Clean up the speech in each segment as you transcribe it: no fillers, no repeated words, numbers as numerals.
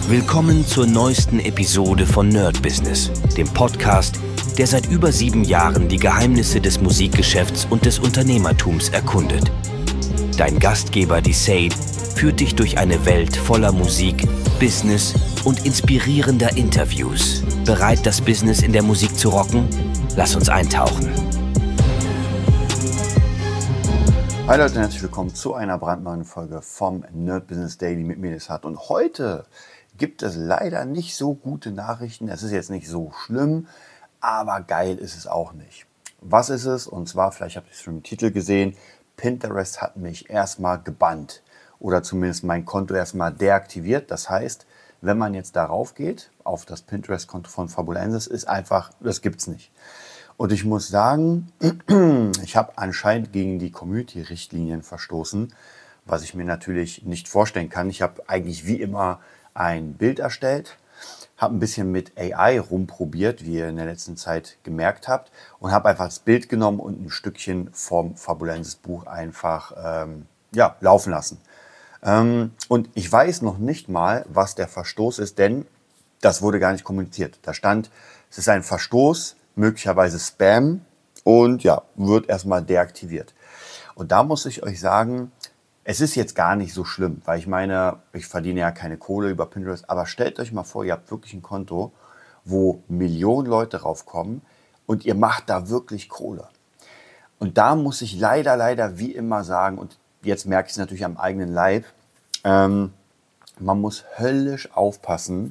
Willkommen zur neuesten Episode von Nerd Business, dem Podcast, der seit über 7 Jahren die Geheimnisse des Musikgeschäfts und des Unternehmertums erkundet. Dein Gastgeber Desaid führt dich durch eine Welt voller Musik, Business und inspirierender Interviews. Bereit, das Business in der Musik zu rocken? Lass uns eintauchen. Hi Leute, herzlich willkommen zu einer brandneuen Folge vom Nerd Business Daily mit mir, Desart. Und heute gibt es leider nicht so gute Nachrichten. Es ist jetzt nicht so schlimm, aber geil ist es auch nicht. Was ist es? Und zwar, vielleicht habt ihr es schon im Titel gesehen, Pinterest hat mich erstmal gebannt oder zumindest mein Konto erstmal deaktiviert. Das heißt, wenn man jetzt darauf geht, auf das Pinterest-Konto von Fabulensis, ist einfach, das gibt's nicht. Und ich muss sagen, ich habe anscheinend gegen die Community-Richtlinien verstoßen, was ich mir natürlich nicht vorstellen kann. Ich habe eigentlich wie immer ein Bild erstellt, habe ein bisschen mit AI rumprobiert, wie ihr in der letzten Zeit gemerkt habt, und habe einfach das Bild genommen und ein Stückchen vom Fabulensis Buch einfach laufen lassen. Und ich weiß noch nicht mal, was der Verstoß ist, denn das wurde gar nicht kommuniziert. Da stand, es ist ein Verstoß, möglicherweise Spam, und ja, wird erstmal deaktiviert. Und da muss ich euch sagen, es ist jetzt gar nicht so schlimm, weil ich meine, ich verdiene ja keine Kohle über Pinterest, aber stellt euch mal vor, ihr habt wirklich ein Konto, wo Millionen Leute raufkommen und ihr macht da wirklich Kohle. Und da muss ich leider wie immer sagen, und jetzt merke ich es natürlich am eigenen Leib, man muss höllisch aufpassen,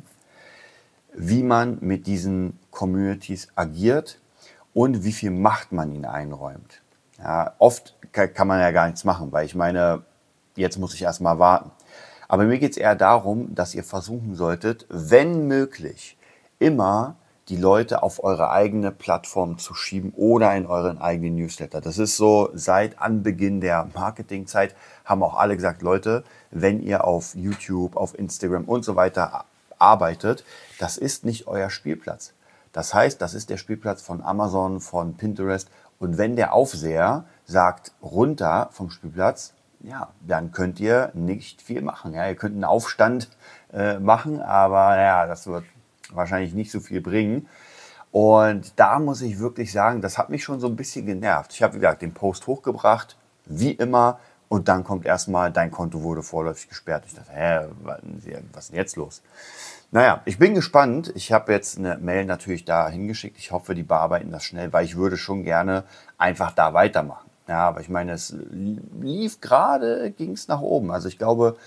wie man mit diesen Communities agiert und wie viel Macht man ihnen einräumt. Ja, oft kann man ja gar nichts machen, weil ich meine, jetzt muss ich erstmal warten. Aber mir geht es eher darum, dass ihr versuchen solltet, wenn möglich, immer die Leute auf eure eigene Plattform zu schieben oder in euren eigenen Newsletter. Das ist so, seit Anbeginn der Marketingzeit haben auch alle gesagt, Leute, wenn ihr auf YouTube, auf Instagram und so weiter arbeitet, das ist nicht euer Spielplatz. Das heißt, das ist der Spielplatz von Amazon, von Pinterest. Und wenn der Aufseher sagt, runter vom Spielplatz, ja, dann könnt ihr nicht viel machen. Ja, ihr könnt einen Aufstand machen, aber ja, das wird wahrscheinlich nicht so viel bringen. Und da muss ich wirklich sagen, das hat mich schon so ein bisschen genervt. Ich habe, wie gesagt, den Post hochgebracht, wie immer, und dann kommt erstmal, dein Konto wurde vorläufig gesperrt. Ich dachte, was ist denn jetzt los? Naja, ich bin gespannt. Ich habe jetzt eine Mail natürlich da hingeschickt. Ich hoffe, die bearbeiten das schnell, weil ich würde schon gerne einfach da weitermachen. Ja, aber ich meine, es lief gerade, ging es nach oben. Also ich glaube,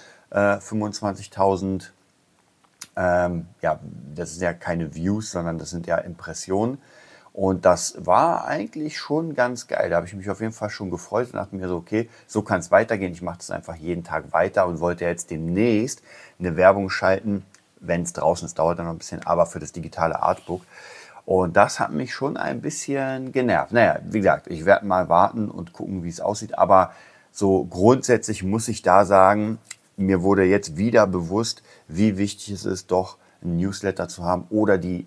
25.000, das sind ja keine Views, sondern das sind ja Impressionen. Und das war eigentlich schon ganz geil. Da habe ich mich auf jeden Fall schon gefreut und dachte mir so, okay, so kann es weitergehen. Ich mache das einfach jeden Tag weiter und wollte jetzt demnächst eine Werbung schalten, wenn es draußen ist, dauert dann noch ein bisschen, aber für das digitale Artbook. Und das hat mich schon ein bisschen genervt. Naja, wie gesagt, ich werde mal warten und gucken, wie es aussieht. Aber so grundsätzlich muss ich da sagen, mir wurde jetzt wieder bewusst, wie wichtig es ist, doch ein Newsletter zu haben oder die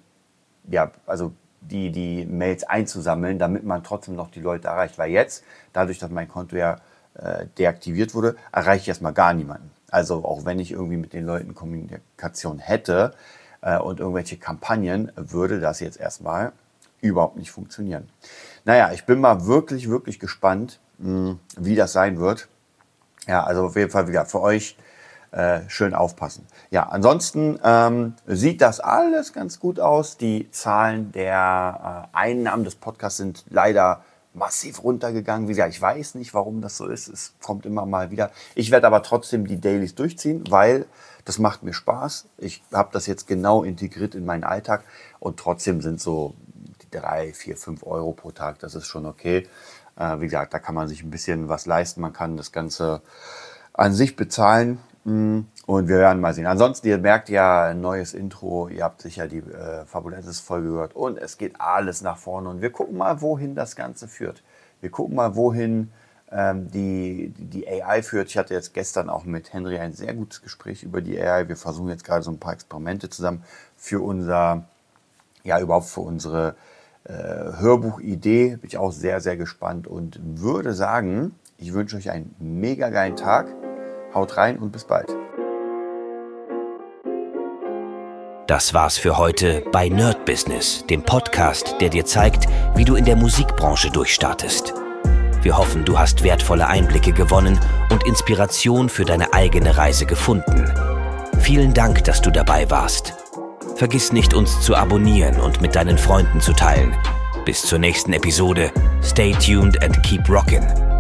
Mails einzusammeln, damit man trotzdem noch die Leute erreicht. Weil jetzt, dadurch, dass mein Konto ja deaktiviert wurde, erreiche ich erstmal gar niemanden. Also auch wenn ich irgendwie mit den Leuten Kommunikation hätte und irgendwelche Kampagnen, würde das jetzt erstmal überhaupt nicht funktionieren. Naja, ich bin mal wirklich gespannt, wie das sein wird. Ja, also auf jeden Fall wieder für euch schön aufpassen. Ja, ansonsten sieht das alles ganz gut aus. Die Zahlen der Einnahmen des Podcasts sind leider massiv runtergegangen. Wie gesagt, ich weiß nicht, warum das so ist. Es kommt immer mal wieder. Ich werde aber trotzdem die Dailies durchziehen, weil das macht mir Spaß. Ich habe das jetzt genau integriert in meinen Alltag und trotzdem sind so 3, 4, 5 Euro pro Tag. Das ist schon okay. Wie gesagt, da kann man sich ein bisschen was leisten. Man kann das Ganze an sich bezahlen. Und wir werden mal sehen. Ansonsten, ihr merkt ja, ein neues Intro. Ihr habt sicher die Fabulensis-Folge gehört. Und es geht alles nach vorne. Und wir gucken mal, wohin das Ganze führt. Wir gucken mal, wohin die AI führt. Ich hatte jetzt gestern auch mit Henry ein sehr gutes Gespräch über die AI. Wir versuchen jetzt gerade so ein paar Experimente zusammen für unsere Hörbuchidee. Bin ich auch sehr gespannt und würde sagen, ich wünsche euch einen mega geilen Tag. Haut rein und bis bald. Das war's für heute bei Nerd Business, dem Podcast, der dir zeigt, wie du in der Musikbranche durchstartest. Wir hoffen, du hast wertvolle Einblicke gewonnen und Inspiration für deine eigene Reise gefunden. Vielen Dank, dass du dabei warst. Vergiss nicht, uns zu abonnieren und mit deinen Freunden zu teilen. Bis zur nächsten Episode. Stay tuned and keep rockin'.